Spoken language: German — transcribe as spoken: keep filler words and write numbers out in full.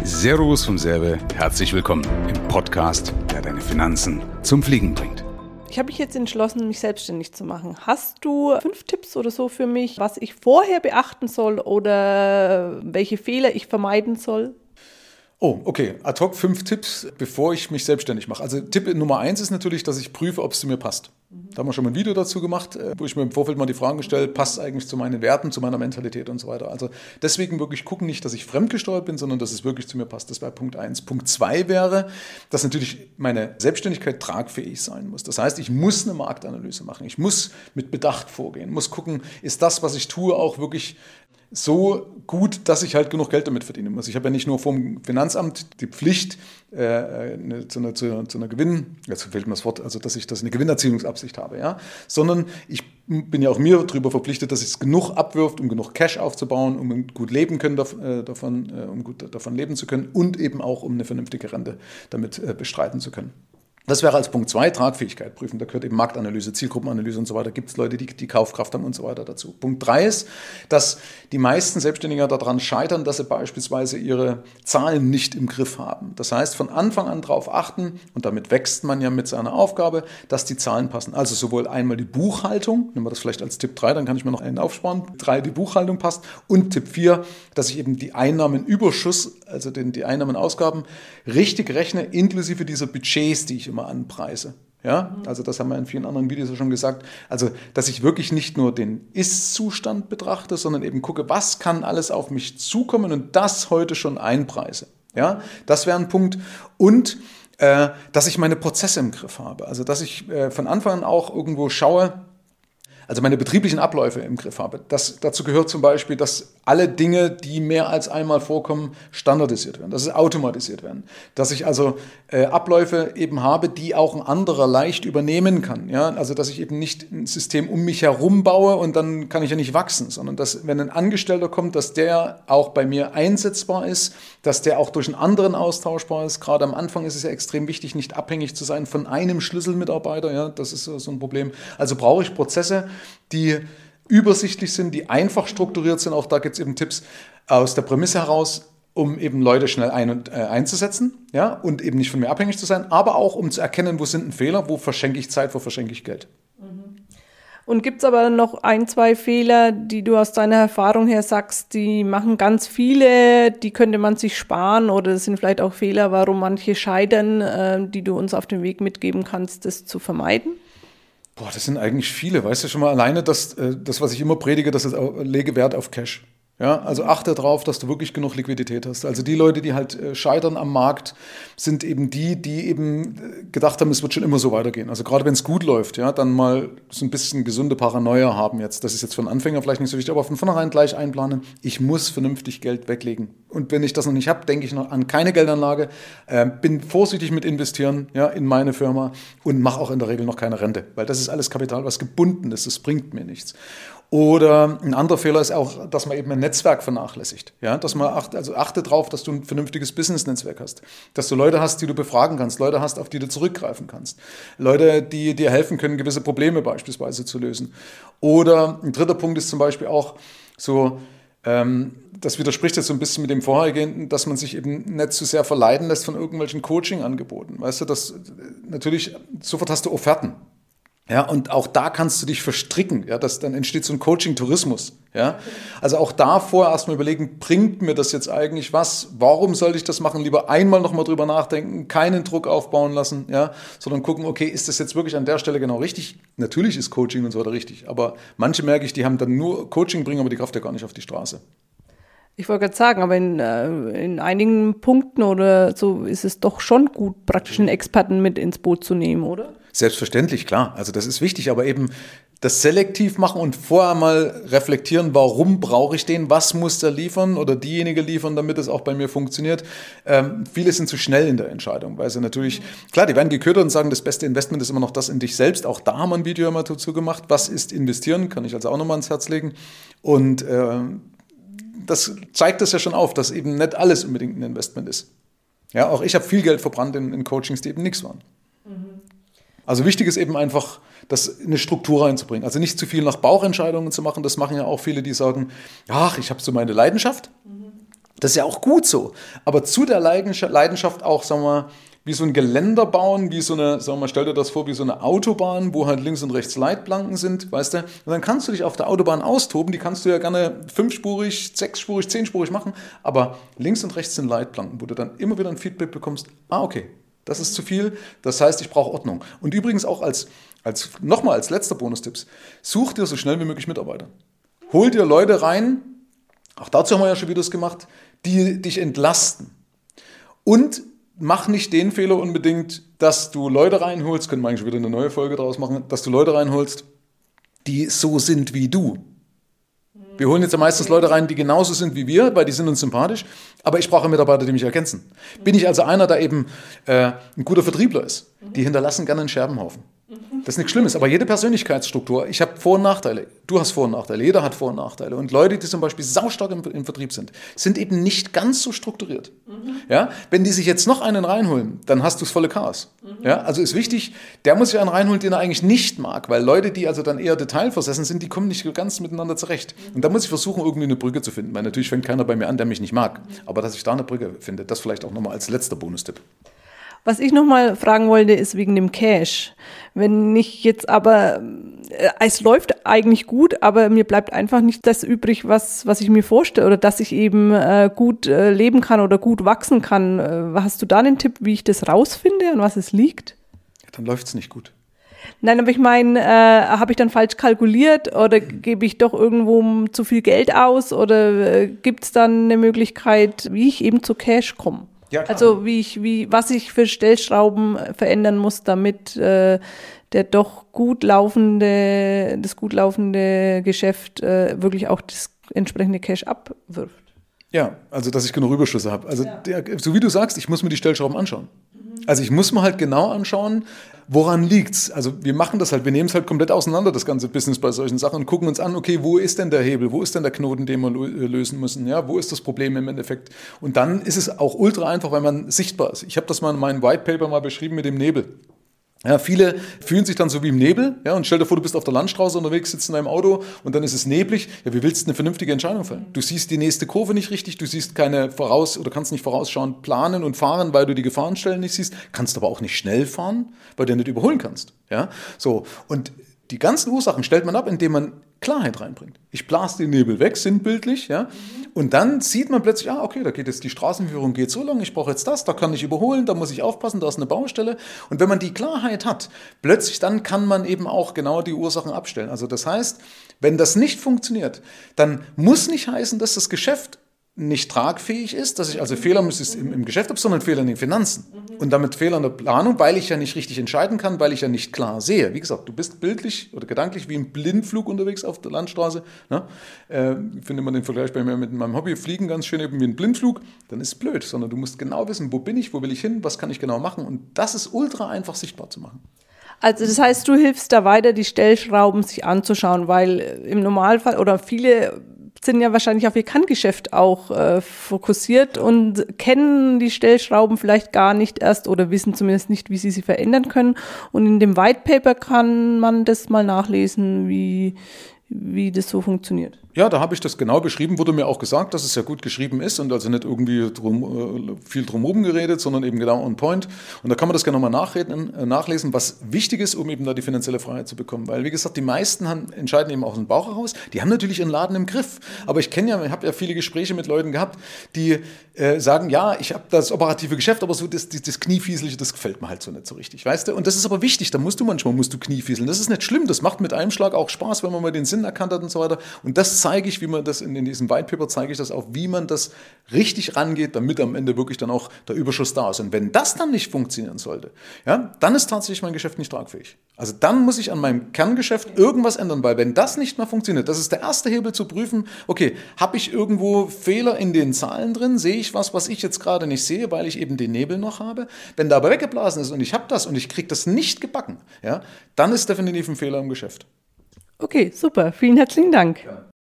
Servus vom Serve, herzlich willkommen im Podcast, der deine Finanzen zum Fliegen bringt. Ich habe mich jetzt entschlossen, mich selbstständig zu machen. Hast du fünf Tipps oder so für mich, was ich vorher beachten soll oder welche Fehler ich vermeiden soll? Oh, okay. Ad hoc fünf Tipps, bevor ich mich selbstständig mache. Also Tipp Nummer eins ist natürlich, dass ich prüfe, ob es zu mir passt. Da haben wir schon mal ein Video dazu gemacht, wo ich mir im Vorfeld mal die Fragen gestellt, passt es eigentlich zu meinen Werten, zu meiner Mentalität und so weiter. Also deswegen wirklich gucken, nicht, dass ich fremdgesteuert bin, sondern dass es wirklich zu mir passt. Das wäre Punkt eins. Punkt zwei wäre, dass natürlich meine Selbstständigkeit tragfähig sein muss. Das heißt, ich muss eine Marktanalyse machen. Ich muss mit Bedacht vorgehen, muss gucken, ist das, was ich tue, auch wirklich so gut, dass ich halt genug Geld damit verdienen muss. Ich habe ja nicht nur vom Finanzamt die Pflicht, äh, eine, zu, einer, zu, einer, zu einer Gewinn, jetzt fehlt mir das Wort, also dass ich das eine Gewinnerzielungsabsicht habe, ja, sondern ich bin ja auch mir darüber verpflichtet, dass es genug abwirft, um genug Cash aufzubauen, um gut leben können davon, um gut davon leben zu können und eben auch um eine vernünftige Rente damit äh, bestreiten zu können. Das wäre als Punkt zwei, Tragfähigkeit prüfen. Da gehört eben Marktanalyse, Zielgruppenanalyse und so weiter. Gibt es Leute, die die Kaufkraft haben und so weiter dazu. Punkt drei ist, dass die meisten Selbstständigen daran scheitern, dass sie beispielsweise ihre Zahlen nicht im Griff haben. Das heißt, von Anfang an darauf achten, und damit wächst man ja mit seiner Aufgabe, dass die Zahlen passen. Also sowohl einmal die Buchhaltung, nehmen wir das vielleicht als Tipp drei, dann kann ich mir noch einen aufsparen. drei, die Buchhaltung passt. Und Tipp vier, dass ich eben die Einnahmenüberschuss, also den, die Einnahmenausgaben, richtig rechne, inklusive dieser Budgets, die ich immer anpreise. Ja, also das haben wir in vielen anderen Videos schon gesagt. Also, dass ich wirklich nicht nur den Ist-Zustand betrachte, sondern eben gucke, was kann alles auf mich zukommen und das heute schon einpreise. Ja, das wäre ein Punkt. Und äh, dass ich meine Prozesse im Griff habe. Also, dass ich äh, von Anfang an auch irgendwo schaue, also meine betrieblichen Abläufe im Griff habe. Das, dazu gehört zum Beispiel, dass alle Dinge, die mehr als einmal vorkommen, standardisiert werden, dass sie automatisiert werden. Dass ich also äh, Abläufe eben habe, die auch ein anderer leicht übernehmen kann. Ja? Also dass ich eben nicht ein System um mich herum baue und dann kann ich ja nicht wachsen, sondern dass, wenn ein Angestellter kommt, dass der auch bei mir einsetzbar ist, dass der auch durch einen anderen austauschbar ist. Gerade am Anfang ist es ja extrem wichtig, nicht abhängig zu sein von einem Schlüsselmitarbeiter. Ja? Das ist so ein Problem. Also brauche ich Prozesse, die übersichtlich sind, die einfach strukturiert sind. Auch da gibt es eben Tipps aus der Prämisse heraus, um eben Leute schnell ein und, äh, einzusetzen, ja, und eben nicht von mir abhängig zu sein, aber auch um zu erkennen, wo sind ein Fehler, wo verschenke ich Zeit, wo verschenke ich Geld. Und gibt es aber noch ein, zwei Fehler, die du aus deiner Erfahrung her sagst, die machen ganz viele, die könnte man sich sparen, oder das sind vielleicht auch Fehler, warum manche scheitern, äh, die du uns auf den Weg mitgeben kannst, das zu vermeiden? Boah, das sind eigentlich viele. Weißt du schon mal alleine, das, das was ich immer predige, das ist, lege Wert auf Cash. Ja, also achte darauf, dass du wirklich genug Liquidität hast. Also die Leute, die halt scheitern am Markt, sind eben die, die eben gedacht haben, es wird schon immer so weitergehen. Also gerade wenn es gut läuft, ja, dann mal so ein bisschen gesunde Paranoia haben jetzt. Das ist jetzt für einen Anfänger vielleicht nicht so wichtig, aber von vornherein gleich einplanen. Ich muss vernünftig Geld weglegen. Und wenn ich das noch nicht habe, denke ich noch an keine Geldanlage, äh, bin vorsichtig mit investieren, ja, in meine Firma und mache auch in der Regel noch keine Rente, weil das ist alles Kapital, was gebunden ist. Das bringt mir nichts. Oder ein anderer Fehler ist auch, dass man eben ein Netzwerk vernachlässigt. Ja, dass man acht, also achte darauf, dass du ein vernünftiges Business-Netzwerk hast. Dass du Leute hast, die du befragen kannst, Leute hast, auf die du zurückgreifen kannst. Leute, die dir helfen können, gewisse Probleme beispielsweise zu lösen. Oder ein dritter Punkt ist zum Beispiel auch so, ähm, das widerspricht jetzt so ein bisschen mit dem vorhergehenden, dass man sich eben nicht zu sehr verleiten lässt von irgendwelchen Coaching-Angeboten. Weißt du, das natürlich, sofort hast du Offerten. Ja, und auch da kannst du dich verstricken, ja, das, dann entsteht so ein Coaching-Tourismus, ja. Also auch da vorher erstmal überlegen, bringt mir das jetzt eigentlich was? Warum sollte ich das machen? Lieber einmal nochmal drüber nachdenken, keinen Druck aufbauen lassen, ja, sondern gucken, okay, ist das jetzt wirklich an der Stelle genau richtig? Natürlich ist Coaching und so weiter richtig, aber manche merke ich, die haben dann nur Coaching, bringen aber die Kraft ja gar nicht auf die Straße. Ich wollte gerade sagen, aber in, in einigen Punkten oder so ist es doch schon gut, praktisch einen Experten mit ins Boot zu nehmen, oder? Selbstverständlich, klar. Also das ist wichtig, aber eben das selektiv machen und vorher mal reflektieren, warum brauche ich den, was muss der liefern oder diejenige liefern, damit es auch bei mir funktioniert. Ähm, viele sind zu schnell in der Entscheidung, weil sie natürlich, klar, die werden geködert und sagen, das beste Investment ist immer noch das in dich selbst. Auch da haben wir ein Video immer dazu gemacht. Was ist investieren? Kann ich also auch nochmal ans Herz legen. Und äh, das zeigt es ja schon auf, dass eben nicht alles unbedingt ein Investment ist. Ja, auch ich habe viel Geld verbrannt in, in Coachings, die eben nichts waren. Mhm. Also wichtig ist eben einfach, das eine Struktur reinzubringen. Also nicht zu viel nach Bauchentscheidungen zu machen. Das machen ja auch viele, die sagen, ach, ich habe so meine Leidenschaft. Mhm. Das ist ja auch gut so. Aber zu der Leidenschaft auch, sagen wir mal, wie so ein Geländer bauen, wie so eine, sagen wir mal, stell dir das vor, wie so eine Autobahn, wo halt links und rechts Leitplanken sind, weißt du? Und dann kannst du dich auf der Autobahn austoben, die kannst du ja gerne fünfspurig, sechsspurig, zehnspurig machen, aber links und rechts sind Leitplanken, wo du dann immer wieder ein Feedback bekommst, ah, okay, das ist zu viel, das heißt, ich brauche Ordnung. Und übrigens auch als, als nochmal als letzter Bonustipps, such dir so schnell wie möglich Mitarbeiter. Hol dir Leute rein, auch dazu haben wir ja schon Videos gemacht, die dich entlasten. Und mach nicht den Fehler unbedingt, dass du Leute reinholst, können wir eigentlich wieder eine neue Folge draus machen, dass du Leute reinholst, die so sind wie du. Wir holen jetzt ja meistens Leute rein, die genauso sind wie wir, weil die sind uns sympathisch, aber ich brauche Mitarbeiter, die mich ergänzen. Bin ich also einer, der eben äh, ein guter Vertriebler ist, die hinterlassen gerne einen Scherbenhaufen. Das ist nichts Schlimmes, aber jede Persönlichkeitsstruktur, ich habe Vor- und Nachteile, du hast Vor- und Nachteile, jeder hat Vor- und Nachteile. Und Leute, die zum Beispiel saustark im, im Vertrieb sind, sind eben nicht ganz so strukturiert. Mhm. Ja? Wenn die sich jetzt noch einen reinholen, dann hast du das volle Chaos. Mhm. Ja? Also ist wichtig, der muss sich einen reinholen, den er eigentlich nicht mag, weil Leute, die also dann eher detailversessen sind, die kommen nicht ganz miteinander zurecht. Mhm. Und da muss ich versuchen, irgendwie eine Brücke zu finden, weil natürlich fängt keiner bei mir an, der mich nicht mag. Mhm. Aber dass ich da eine Brücke finde, das vielleicht auch nochmal als letzter Bonustipp. Was ich nochmal fragen wollte, ist wegen dem Cash. Wenn ich jetzt aber, äh, es läuft eigentlich gut, aber mir bleibt einfach nicht das übrig, was, was ich mir vorstelle oder dass ich eben äh, gut äh, leben kann oder gut wachsen kann. Äh, hast du da einen Tipp, wie ich das rausfinde, an was es liegt? Ja, dann läuft es nicht gut. Nein, aber ich meine, äh, habe ich dann falsch kalkuliert oder gebe ich doch irgendwo zu viel Geld aus oder äh, gibt es dann eine Möglichkeit, wie ich eben zu Cash komme? Ja, also wie ich, wie, was ich für Stellschrauben verändern muss, damit äh, der doch gut laufende, das gut laufende Geschäft äh, wirklich auch das entsprechende Cash abwirft. Ja, also dass ich genug Überschüsse habe. Also ja. der, so wie du sagst, ich muss mir die Stellschrauben anschauen. Mhm. Also ich muss mir halt genau anschauen, woran liegt's? Also wir machen das halt, wir nehmen es halt komplett auseinander, das ganze Business bei solchen Sachen und gucken uns an, okay, wo ist denn der Hebel, wo ist denn der Knoten, den wir lösen müssen, ja, wo ist das Problem im Endeffekt? Und dann ist es auch ultra einfach, weil man sichtbar ist. Ich habe das mal in meinem White Paper mal beschrieben mit dem Nebel. Ja, viele fühlen sich dann so wie im Nebel, ja, und stell dir vor, du bist auf der Landstraße unterwegs, sitzt in deinem Auto und dann ist es neblig. Ja, wie willst du eine vernünftige Entscheidung fällen? Du siehst die nächste Kurve nicht richtig, du siehst keine voraus oder kannst nicht vorausschauend planen und fahren, weil du die Gefahrenstellen nicht siehst, kannst aber auch nicht schnell fahren, weil du nicht überholen kannst, ja, so. Und die ganzen Ursachen stellt man ab, indem man Klarheit reinbringt. Ich blase den Nebel weg, sinnbildlich, ja, und dann sieht man plötzlich, ah, okay, da geht jetzt die Straßenführung geht so lang, ich brauche jetzt das, da kann ich überholen, da muss ich aufpassen, da ist eine Baustelle. Und wenn man die Klarheit hat, plötzlich dann kann man eben auch genau die Ursachen abstellen. Also das heißt, wenn das nicht funktioniert, dann muss nicht heißen, dass das Geschäft nicht tragfähig ist, dass ich also Fehler im, im Geschäft habe, sondern Fehler in den Finanzen. Mhm. Und damit Fehler in der Planung, weil ich ja nicht richtig entscheiden kann, weil ich ja nicht klar sehe. Wie gesagt, du bist bildlich oder gedanklich wie im Blindflug unterwegs auf der Landstraße. Ne? Äh, finde man den Vergleich bei mir mit meinem Hobby, Fliegen ganz schön eben wie ein Blindflug, dann ist es blöd, sondern du musst genau wissen, wo bin ich, wo will ich hin, was kann ich genau machen. Und das ist ultra einfach sichtbar zu machen. Also das heißt, du hilfst da weiter, die Stellschrauben sich anzuschauen, weil im Normalfall oder viele sind ja wahrscheinlich auf ihr Kerngeschäft auch äh, fokussiert und kennen die Stellschrauben vielleicht gar nicht erst oder wissen zumindest nicht, wie sie sie verändern können. Und in dem White Paper kann man das mal nachlesen, wie, wie das so funktioniert. Ja, da habe ich das genau beschrieben, wurde mir auch gesagt, dass es ja gut geschrieben ist und also nicht irgendwie drum, viel drumherum geredet, sondern eben genau on point. Und da kann man das gerne nochmal nachreden, nachlesen, was wichtig ist, um eben da die finanzielle Freiheit zu bekommen. Weil, wie gesagt, die meisten haben, entscheiden eben auch aus dem Bauch heraus. Die haben natürlich ihren Laden im Griff. Aber ich kenne ja, ich habe ja viele Gespräche mit Leuten gehabt, die äh, sagen, ja, ich habe das operative Geschäft, aber so das, das, das Kniefieselige, das gefällt mir halt so nicht so richtig, weißt du? Und das ist aber wichtig, da musst du manchmal, musst du Kniefieseln. Das ist nicht schlimm, das macht mit einem Schlag auch Spaß, wenn man mal den Sinn erkannt hat und so weiter. Und das zeige ich, wie man das in, in diesem White Paper zeige ich das auch, wie man das richtig rangeht, damit am Ende wirklich dann auch der Überschuss da ist. Und wenn das dann nicht funktionieren sollte, ja, dann ist tatsächlich mein Geschäft nicht tragfähig. Also dann muss ich an meinem Kerngeschäft irgendwas ändern, weil wenn das nicht mehr funktioniert, das ist der erste Hebel zu prüfen, okay, habe ich irgendwo Fehler in den Zahlen drin, sehe ich was, was ich jetzt gerade nicht sehe, weil ich eben den Nebel noch habe. Wenn der aber weggeblasen ist und ich habe das und ich kriege das nicht gebacken, ja, dann ist definitiv ein Fehler im Geschäft. Okay, super. Vielen herzlichen Dank. Ja.